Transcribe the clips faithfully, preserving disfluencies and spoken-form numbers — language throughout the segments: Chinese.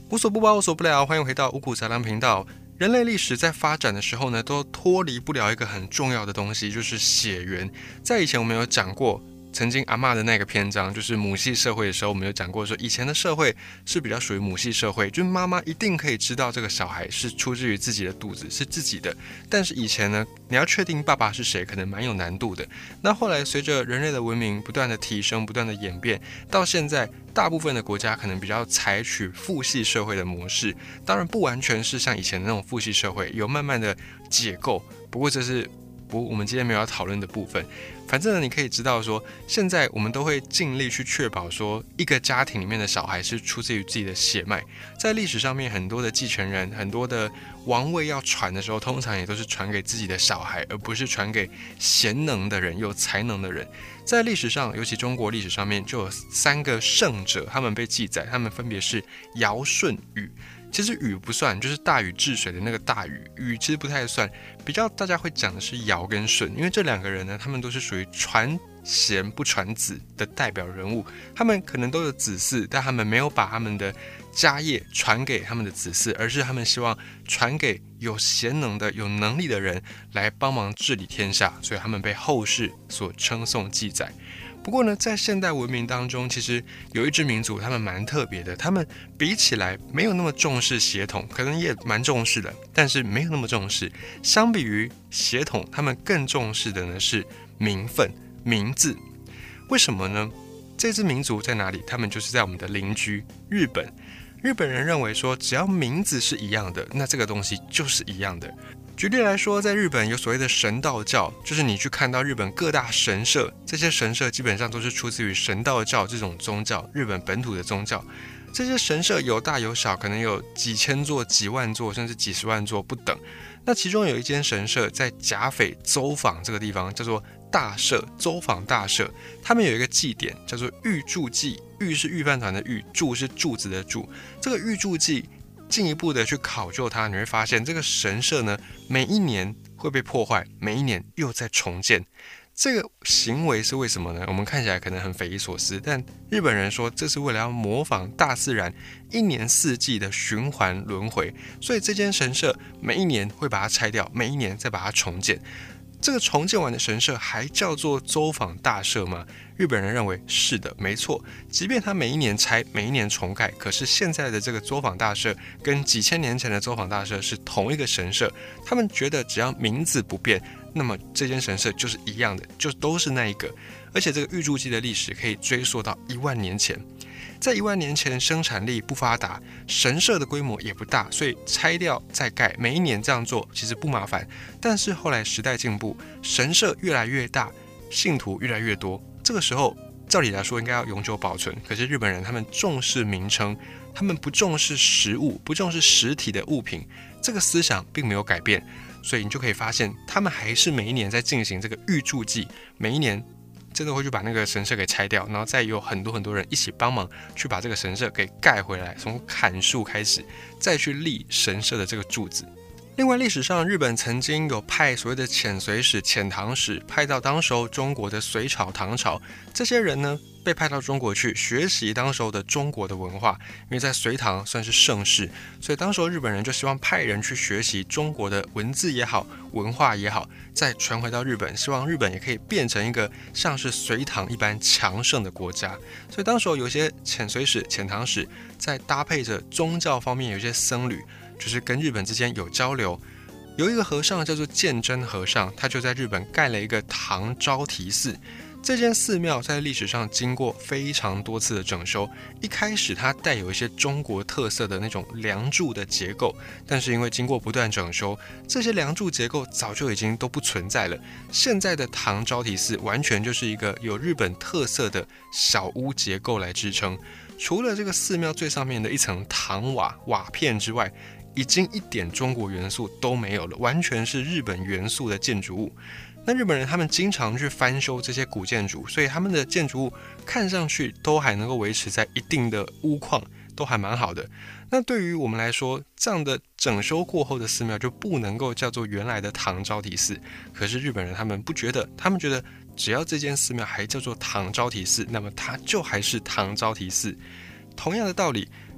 无所不包，无所不聊，欢迎回到五谷杂粮频道。人类历史在发展的时候呢，都脱离不了一个很重要的东西，就是血缘。在以前我们有讲过，曾经阿嬷的那个篇章，就是母系社会的时候，我们有讲过说，以前的社会是比较属于母系社会，就是妈妈一定可以知道这个小孩是出自于自己的肚子，是自己的。但是以前呢，你要确定爸爸是谁，可能蛮有难度的。那后来随着人类的文明不断的提升，不断的演变，到现在大部分的国家可能比较采取父系社会的模式，当然不完全是像以前的那种父系社会，有慢慢的解构。不过这是不我们今天没有要讨论的部分。反正呢，你可以知道说，现在我们都会尽力去确保说，一个家庭里面的小孩是出自于自己的血脉。在历史上面，很多的继承人，很多的王位要传的时候，通常也都是传给自己的小孩，而不是传给贤能的人、有才能的人。在历史上，尤其中国历史上面，就有三个圣者，他们被记载，他们分别是尧、舜、禹。其实禹不算，就是大禹治水的那个大禹，禹其实不太算。比较大家会讲的是尧跟舜，因为这两个人呢，他们都是属于传贤不传子的代表人物。他们可能都有子嗣，但他们没有把他们的家业传给他们的子嗣，而是他们希望传给有贤能的、有能力的人来帮忙治理天下，所以他们被后世所称颂记载。不过呢，在现代文明当中，其实有一支民族，他们蛮特别的。他们比起来没有那么重视血统，可能也蛮重视的，但是没有那么重视。相比于血统，他们更重视的呢是名分、名字。为什么呢？这支民族在哪里？他们就是在我们的邻居日本。日本人认为说，只要名字是一样的，那这个东西就是一样的。举例来说，在日本有所谓的神道教，就是你去看到日本各大神社，这些神社基本上都是出自于神道教这种宗教，日本本土的宗教。这些神社有大有小，可能有几千座、几万座，甚至几十万座不等。那其中有一间神社在甲斐邹访这个地方，叫做大社，邹访大社。他们有一个祭典叫做御柱祭，御是御饭团的御，柱是柱子的柱。这个御柱祭进一步的去考究它，你会发现这个神社呢，每一年会被破坏，每一年又在重建。这个行为是为什么呢？我们看起来可能很匪夷所思，但日本人说这是为了要模仿大自然一年四季的循环轮回，所以这间神社每一年会把它拆掉，每一年再把它重建。这个重建完的神社还叫做邹访大社吗？日本人认为是的，没错。即便它每一年拆，每一年重盖，可是现在的这个邹访大社跟几千年前的邹访大社是同一个神社。他们觉得只要名字不变，那么这间神社就是一样的，就都是那一个。而且这个御柱祭的历史可以追溯到一万年前。在一万年前，生产力不发达，神社的规模也不大，所以拆掉再盖，每一年这样做其实不麻烦。但是后来时代进步，神社越来越大，信徒越来越多，这个时候照理来说应该要永久保存。可是日本人他们重视名称，他们不重视实物，不重视实体的物品，这个思想并没有改变。所以你就可以发现，他们还是每一年在进行这个御柱祭，每一年真的会去把那个神社给拆掉，然后再有很多很多人一起帮忙去把这个神社给盖回来，从砍树开始，再去立神社的这个柱子。另外，历史上日本曾经有派所谓的遣隋使、遣唐使，派到当时候中国的隋朝、唐朝，这些人呢被派到中国去学习当时候的中国的文化，因为在隋唐算是盛世，所以当时候日本人就希望派人去学习中国的文字也好，文化也好，再传回到日本，希望日本也可以变成一个像是隋唐一般强盛的国家。所以当时候有些遣隋使、遣唐使，在搭配着宗教方面有一些僧侣，就是跟日本之间有交流。有一个和尚叫做鉴真和尚，他就在日本盖了一个唐招提寺。这间寺庙在历史上经过非常多次的整修，一开始它带有一些中国特色的那种梁柱的结构，但是因为经过不断整修，这些梁柱结构早就已经都不存在了。现在的唐招提寺完全就是一个有日本特色的小屋结构来支撑，除了这个寺庙最上面的一层唐瓦瓦片之外，已经一点中国元素都没有了，完全是日本元素的建筑物。那日本人他们经常去翻修这些古建筑，所以他们的建筑物看上去都还能够维持在一定的屋况，都还蛮好的。那对于我们来说，这样的整修过后的寺庙就不能够叫做原来的唐招提寺。可是日本人他们不觉得，他们觉得只要这间寺庙还叫做唐招提寺，那么它就还是唐招提寺。同样的道理，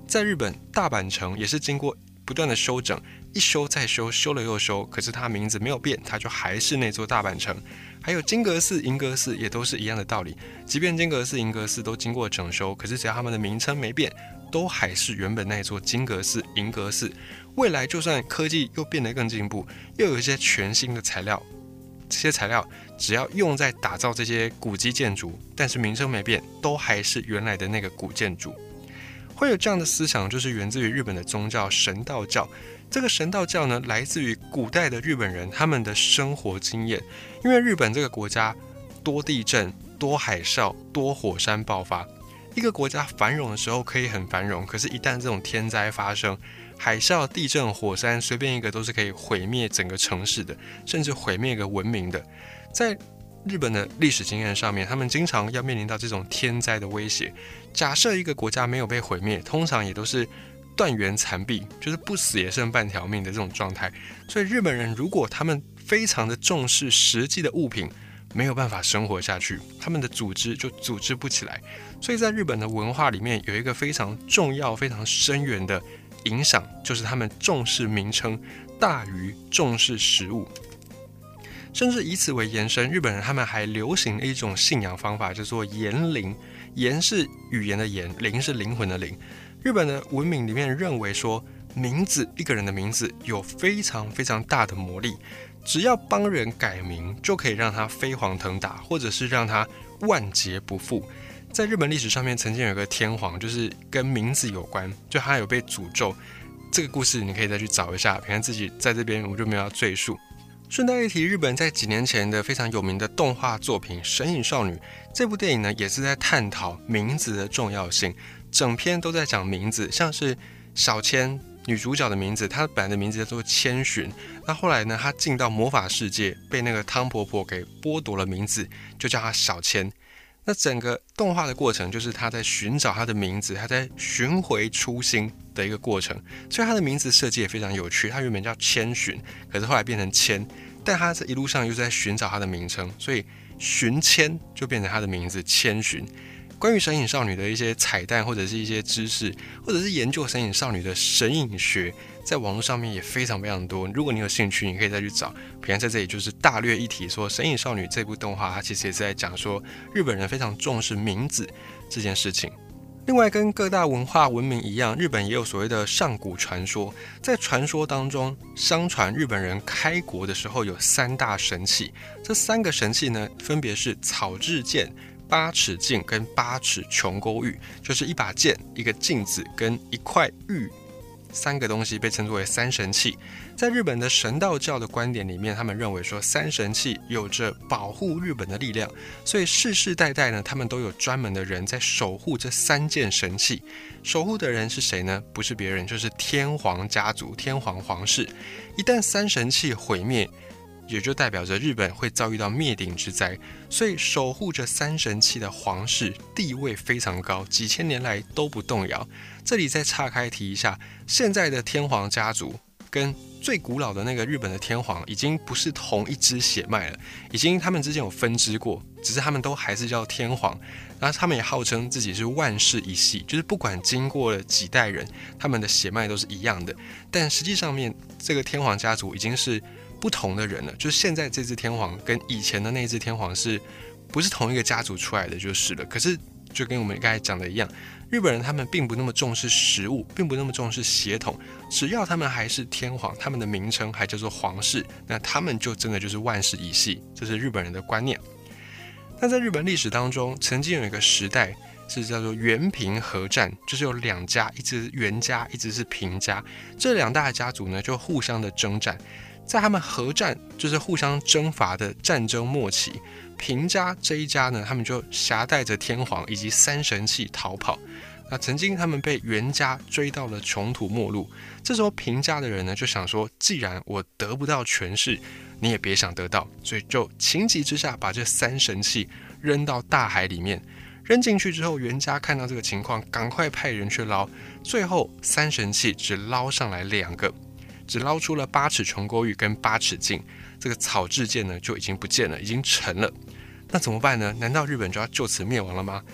在日本大阪城也是经过不断的修整，一修再修，修了又修，可是它名字没有变，它就还是那座大阪城。还有金阁寺、银阁寺也都是一样的道理，即便金阁寺、银阁寺都经过整修，可是只要他们的名称没变，都还是原本那座金阁寺、银阁寺。未来就算科技又变得更进步，又有一些全新的材料，这些材料只要用在打造这些古迹建筑，但是名称没变，都还是原来的那个古建筑。会有这样的思想，就是源自于日本的宗教神道教。这个神道教呢，来自于古代的日本人他们的生活经验。因为日本这个国家多地震、多海啸、多火山爆发，一个国家繁荣的时候可以很繁荣，可是一旦这种天灾发生，海啸、地震、火山，随便一个都是可以毁灭整个城市的，甚至毁灭一个文明的。在日本的历史经验上面，他们经常要面临到这种天灾的威胁。假设一个国家没有被毁灭，通常也都是断垣残壁，就是不死也剩半条命的这种状态。所以日本人如果他们非常的重视实际的物品，没有办法生活下去，他们的组织就组织不起来。所以在日本的文化里面有一个非常重要、非常深远的影响，就是他们重视名称大于重视实物。甚至以此为延伸，日本人他们还流行了一种信仰方法，叫做言灵。言是语言的言，灵是灵魂的灵。日本的文明里面认为说，名字，一个人的名字有非常非常大的魔力，只要帮人改名，就可以让他飞黄腾达，或者是让他万劫不复。在日本历史上面，曾经有一个天皇，就是跟名字有关，就他有被诅咒。这个故事你可以再去找一下，平常自己在这边我就没有要赘述。顺带一提，日本在几年前的非常有名的动画作品《神隐少女》这部电影呢，也是在探讨名字的重要性，整篇都在讲名字，像是小千女主角的名字，她本来的名字叫做千寻，那后来呢，她进到魔法世界，被那个汤婆婆给剥夺了名字，就叫她小千。那整个动画的过程就是她在寻找她的名字，她在寻回初心的一个过程，所以她的名字设计也非常有趣。她原本叫千寻，可是后来变成千，但她这一路上又在寻找她的名称，所以寻千就变成她的名字千寻。关于神隐少女的一些彩蛋，或者是一些知识，或者是研究神隐少女的神隐学，在网络上面也非常非常多。如果你有兴趣，你可以再去找。平安在这里就是大略一提，说神隐少女这部动画，它其实也是在讲说日本人非常重视名字这件事情。另外，跟各大文化文明一样，日本也有所谓的上古传说。在传说当中，相传日本人开国的时候有三大神器，这三个神器呢，分别是草雉剑、八尺镜跟八尺琼勾玉，就是一把剑、一个镜子跟一块玉，三个东西被称作为三神器。在日本的神道教的观点里面，他们认为说三神器有着保护日本的力量，所以世世代代呢，他们都有专门的人在守护这三件神器。守护的人是谁呢？不是别人，就是天皇家族、天皇皇室。一旦三神器毁灭，也就代表着日本会遭遇到灭顶之灾，所以守护着三神器的皇室地位非常高，几千年来都不动摇。这里再岔开提一下，现在的天皇家族跟最古老的那个日本的天皇已经不是同一支血脉了，已经他们之间有分支过，只是他们都还是叫天皇，然后他们也号称自己是万世一系，就是不管经过了几代人，他们的血脉都是一样的。但实际上面，这个天皇家族已经是不同的人了，就是现在这只天皇跟以前的那只天皇是不是同一个家族出来的就是了。可是就跟我们刚才讲的一样，日本人他们并不那么重视实物，并不那么重视血统，只要他们还是天皇，他们的名称还叫做皇室，那他们就真的就是万世一系，这是日本人的观念。那在日本历史当中，曾经有一个时代是叫做源平合战，就是有两家，一直是源家，一直是平家，这两大家族呢就互相的征战。在他们合战，就是互相征伐的战争末期，平家这一家呢，他们就挟带着天皇以及三神器逃跑。那曾经他们被源家追到了穷途末路，这时候平家的人呢就想说，既然我得不到权势，你也别想得到，所以就情急之下把这三神器扔到大海里面。扔进去之后，源家看到这个情况，赶快派人去捞，最后三神器只捞上来两个。只捞出了八尺琼勾玉跟八尺镜，这个草雉剑呢就已经不见了，已经沉了。那怎么办呢？难道日本就要就此灭亡了吗？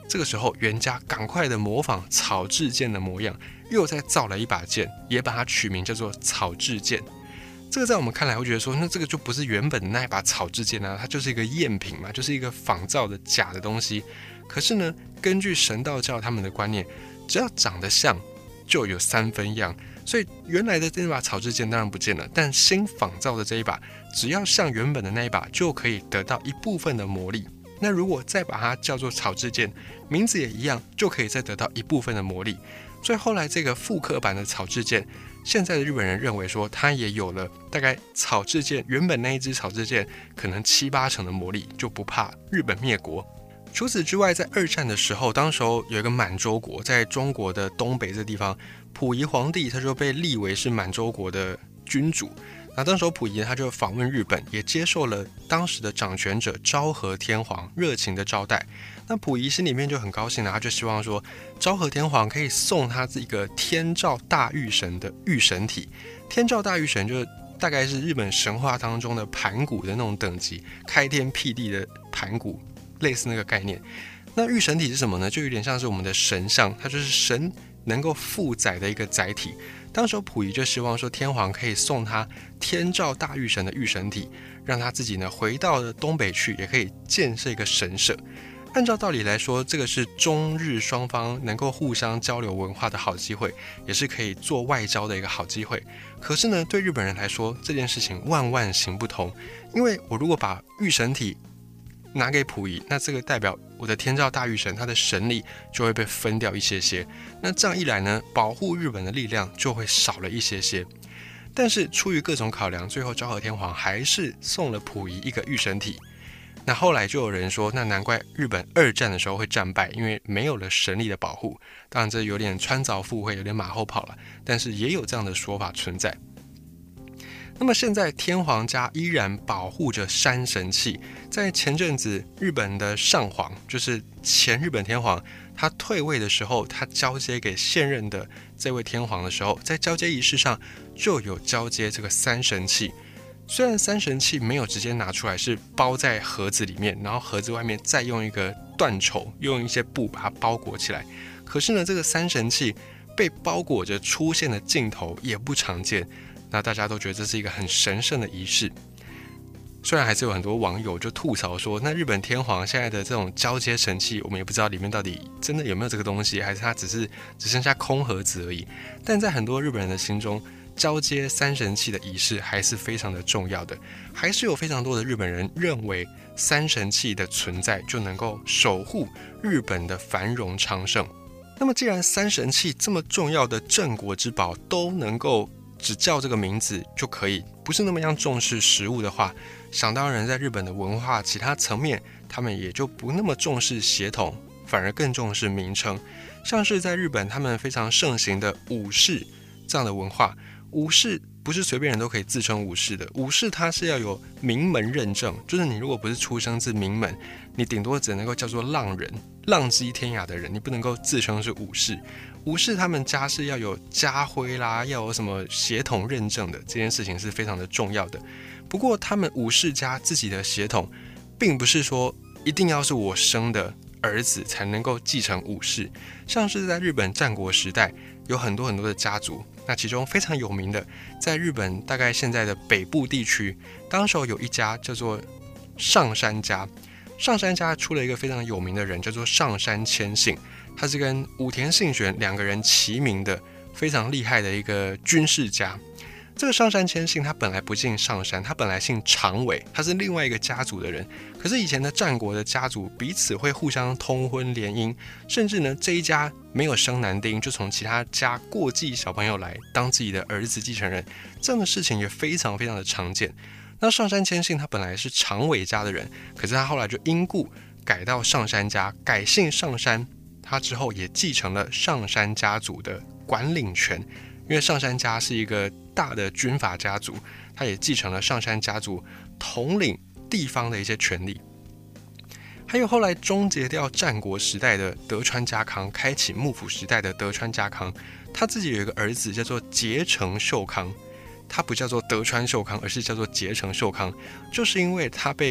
这个时候源家赶快的模仿草雉剑的模样，又再造了一把剑，也把它取名叫做草雉剑。这个在我们看来会觉得说，那这个就不是原本的那一把草雉剑啊，它就是一个赝品嘛，就是一个仿造的假的东西。可是呢，根据神道教他们的观念，只要长得像就有三分样，所以原来的那把草雉剑当然不见了，但新仿造的这一把只要像原本的那一把就可以得到一部分的魔力。那如果再把它叫做草雉剑，名字也一样，就可以再得到一部分的魔力。所以后来这个复刻版的草雉剑，现在的日本人认为说它也有了大概草雉剑原本那一只草雉剑可能七八成的魔力，就不怕日本灭国。除此之外，在二战的时候，当时候有一个满洲国，在中国的东北这地方，溥仪皇帝他就被立为是满洲国的君主。那当时候溥仪他就访问日本，也接受了当时的掌权者昭和天皇热情的招待。那溥仪心里面就很高兴了，他就希望说昭和天皇可以送他这个天照大御神的御神体。天照大御神就是大概是日本神话当中的盘古的那种等级，开天辟地的盘古，类似那个概念。那御神体是什么呢？就有点像是我们的神像，它就是神能够负载的一个载体。当时溥仪就希望说天皇可以送他天照大御神的御神体，让他自己呢回到了东北去，也可以建设一个神社。按照道理来说，这个是中日双方能够互相交流文化的好机会，也是可以做外交的一个好机会。可是呢，对日本人来说，这件事情万万行不通，因为我如果把御神体拿给溥仪，那这个代表我的天照大御神他的神力就会被分掉一些些，那这样一来呢，保护日本的力量就会少了一些些。但是出于各种考量，最后昭和天皇还是送了溥仪一个御神体。那后来就有人说，那难怪日本二战的时候会战败，因为没有了神力的保护。当然这有点穿凿附会，有点马后炮了，但是也有这样的说法存在。那么现在天皇家依然保护着山神器。在前阵子日本的上皇，就是前日本天皇，他退位的时候，他交接给现任的这位天皇的时候，在交接仪式上就有交接这个三神器。虽然三神器没有直接拿出来，是包在盒子里面，然后盒子外面再用一个缎绸，用一些布把它包裹起来，可是呢，这个三神器被包裹着出现的镜头也不常见。那大家都觉得这是一个很神圣的仪式。虽然还是有很多网友就吐槽说，那日本天皇现在的这种交接神器，我们也不知道里面到底真的有没有这个东西，还是它只是只剩下空盒子而已。但在很多日本人的心中，交接三神器的仪式还是非常的重要的，还是有非常多的日本人认为三神器的存在就能够守护日本的繁荣昌盛。那么既然三神器这么重要的镇国之宝都能够只叫这个名字就可以，不是那么样重视食物的话，想当然在日本的文化其他层面，他们也就不那么重视血统，反而更重视名称。像是在日本他们非常盛行的武士这样的文化，武士不是随便人都可以自称武士的，武士他是要有名门认证，就是你如果不是出生自名门，你顶多只能够叫做浪人，浪迹天涯的人，你不能够自称是武士。武士他们家是要有家徽啦，要有什么血统认证的，这件事情是非常的重要的。不过他们武士家自己的血统，并不是说一定要是我生的儿子才能够继承武士，像是在日本战国时代有很多很多的家族，那其中非常有名的，在日本大概现在的北部地区，当时有一家叫做上杉家。上杉家出了一个非常有名的人，叫做上杉谦信，他是跟武田信玄两个人齐名的非常厉害的一个军事家。这个上杉谦信他本来不姓上杉，他本来姓长尾，他是另外一个家族的人。可是以前的战国的家族彼此会互相通婚联姻，甚至呢这一家没有生男丁，就从其他家过继小朋友来当自己的儿子继承人，这样的事情也非常非常的常见。那上杉谦信他本来是长尾家的人，可是他后来就因故改到上杉家，改姓上杉。他之后也继承了上杉家族的管领权，因为上杉家是一个大的军阀家族，他也继承了上杉家族统领地方的一些权利。还有后来终结掉战国时代的德川家康，开启幕府时代的德川家康，他自己有一个儿子叫做结城秀康，他不叫做德川秀康，而是叫做结城秀康，就是因为他被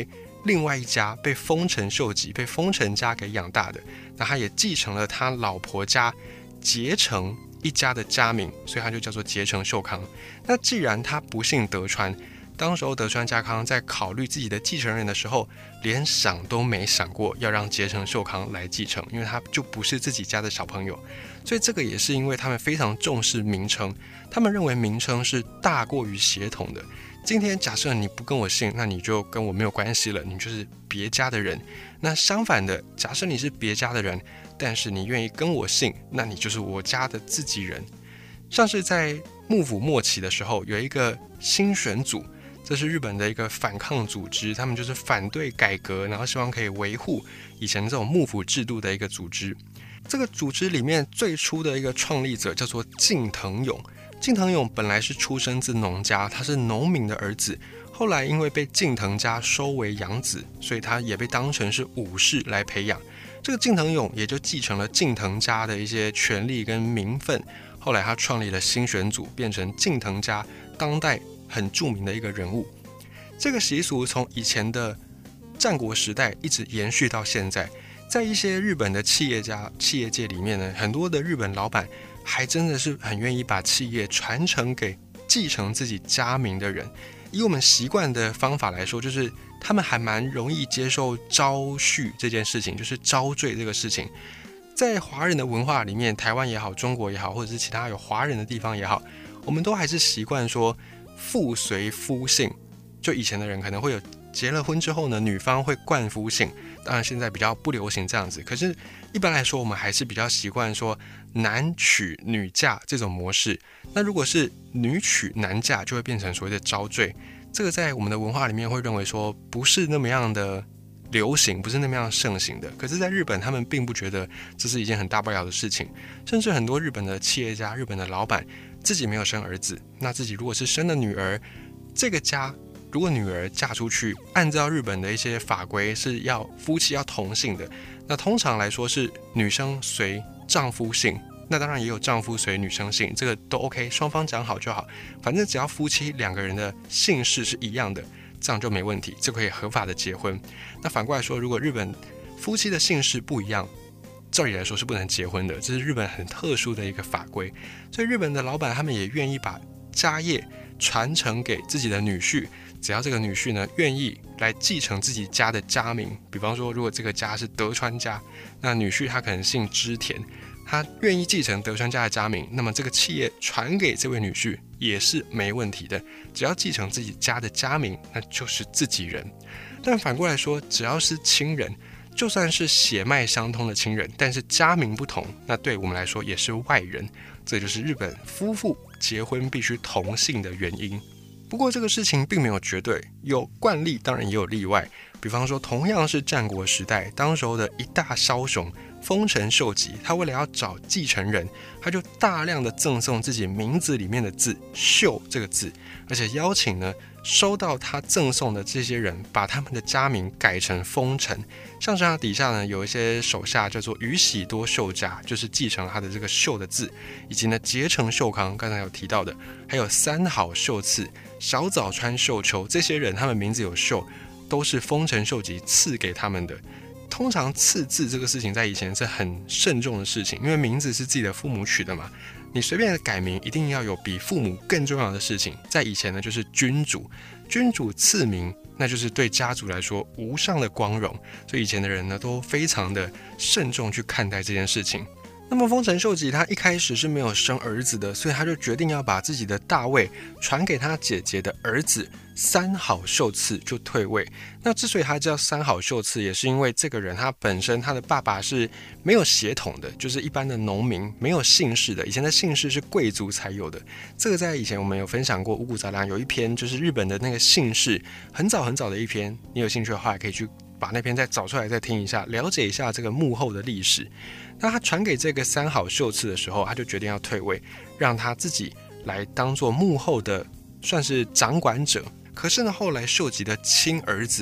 另外一家被丰臣秀吉、被丰臣家给养大的，那他也继承了他老婆家结城一家的家名，所以他就叫做结城秀康。那既然他不姓德川，当时候德川家康在考虑自己的继承人的时候，连想都没想过要让结城秀康来继承，因为他就不是自己家的小朋友。所以这个也是因为他们非常重视名称，他们认为名称是大过于血统的。今天假设你不跟我姓，那你就跟我没有关系了，你就是别家的人。那相反的，假设你是别家的人，但是你愿意跟我姓，那你就是我家的自己人。像是在幕府末期的时候，有一个新选组，这是日本的一个反抗组织，他们就是反对改革，然后希望可以维护以前这种幕府制度的一个组织。这个组织里面最初的一个创立者叫做近藤勇。近藤勇本来是出生自农家，他是农民的儿子，后来因为被近藤家收为养子，所以他也被当成是武士来培养。这个近藤勇也就继承了近藤家的一些权力跟名分，后来他创立了新选组，变成近藤家当代很著名的一个人物。这个习俗从以前的战国时代一直延续到现在，在一些日本的企业家、企业界里面呢，很多的日本老板还真的是很愿意把企业传承给继承自己家名的人。以我们习惯的方法来说，就是他们还蛮容易接受招婿这件事情，就是招赘这个事情。在华人的文化里面，台湾也好，中国也好，或者是其他有华人的地方也好，我们都还是习惯说父随夫姓。就以前的人可能会有结了婚之后呢，女方会冠夫姓，当然现在比较不流行这样子，可是一般来说我们还是比较习惯说男娶女嫁这种模式。那如果是女娶男嫁，就会变成所谓的招赘，这个在我们的文化里面会认为说不是那么样的流行，不是那么样盛行的。可是在日本他们并不觉得这是一件很大不了的事情，甚至很多日本的企业家、日本的老板自己没有生儿子，那自己如果是生了女儿，这个家如果女儿嫁出去，按照日本的一些法规是要夫妻要同姓的，那通常来说是女生随丈夫姓，那当然也有丈夫随女生姓，这个都 OK， 双方讲好就好，反正只要夫妻两个人的姓氏是一样的，这样就没问题，就可以合法的结婚。那反过来说，如果日本夫妻的姓氏不一样，照理来说是不能结婚的，这是日本很特殊的一个法规。所以日本的老板他们也愿意把家业传承给自己的女婿，只要这个女婿呢愿意来继承自己家的家名，比方说如果这个家是德川家，那女婿他可能姓织田，他愿意继承德川家的家名，那么这个企业传给这位女婿也是没问题的，只要继承自己家的家名，那就是自己人。但反过来说，只要是亲人，就算是血脉相通的亲人，但是家名不同，那对我们来说也是外人，这就是日本夫妇结婚必须同姓的原因。不过这个事情并没有绝对，有惯例当然也有例外，比方说同样是战国时代，当时候的一大枭雄丰臣秀吉，他为了要找继承人，他就大量的赠送自己名字里面的字秀这个字，而且邀请呢收到他赠送的这些人把他们的家名改成丰臣。像是他底下呢有一些手下叫做宇喜多秀家，就是继承他的这个秀的字，以及呢结城秀康刚才有提到的，还有三好秀次、小早川秀秋，这些人他们名字有秀，都是丰臣秀吉赐给他们的。通常赐字这个事情在以前是很慎重的事情，因为名字是自己的父母取的嘛，你随便改名一定要有比父母更重要的事情。在以前呢就是君主，君主赐名那就是对家族来说无上的光荣，所以以前的人呢都非常的慎重去看待这件事情。那么丰臣秀吉他一开始是没有生儿子的，所以他就决定要把自己的大位传给他姐姐的儿子三好秀次就退位。那之所以他叫三好秀次，也是因为这个人他本身他的爸爸是没有血统的，就是一般的农民，没有姓氏的，以前的姓氏是贵族才有的。这个在以前我们有分享过，五谷杂粮有一篇就是日本的那个姓氏，很早很早的一篇，你有兴趣的话可以去把那篇再找出来再听一下，了解一下这个幕后的历史。那他传给这个三好秀次的时候，他就决定要退位，让他自己来当做幕后的算是掌管者。可是呢，后来秀吉的亲儿子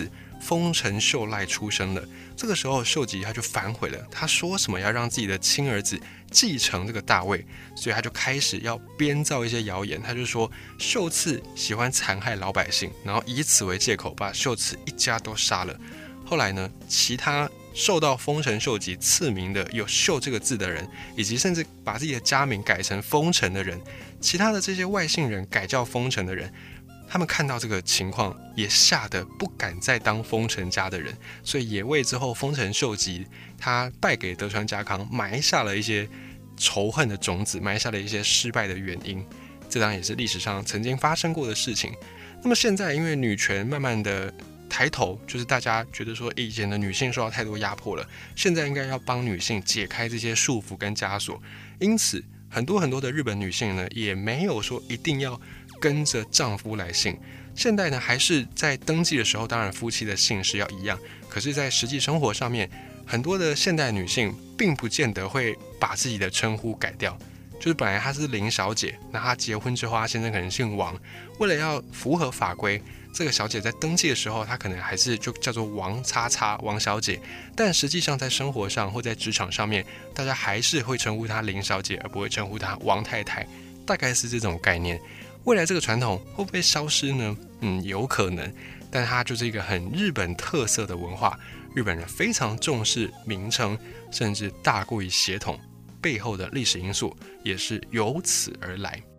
丰臣秀赖出生了。这个时候秀吉他就反悔了，他说什么要让自己的亲儿子继承这个大位，所以他就开始要编造一些谣言。他就说秀次喜欢残害老百姓，然后以此为借口把秀次一家都杀了。后来呢，其他受到丰臣秀吉赐名的有秀这个字的人，以及甚至把自己的家名改成丰臣的人，其他的这些外姓人改叫丰臣的人，他们看到这个情况也吓得不敢再当丰臣家的人，所以也为之后丰臣秀吉他败给德川家康埋下了一些仇恨的种子，埋下了一些失败的原因。这当然也是历史上曾经发生过的事情。那么现在因为女权慢慢的抬头，就是大家觉得说以前的女性受到太多压迫了，现在应该要帮女性解开这些束缚跟枷锁。因此很多很多的日本女性呢，也没有说一定要跟着丈夫来姓。现代呢，还是在登记的时候，当然夫妻的姓氏要一样，可是在实际生活上面，很多的现代女性并不见得会把自己的称呼改掉。就是本来她是林小姐，那她结婚之后，她先生可能姓王，为了要符合法规，这个小姐在登记的时候，她可能还是就叫做王叉叉王小姐，但实际上在生活上或在职场上面，大家还是会称呼她林小姐，而不会称呼她王太太，大概是这种概念。未来这个传统会不会消失呢？嗯，有可能，但它就是一个很日本特色的文化，日本人非常重视名称，甚至大过于血统，背后的历史因素也是由此而来。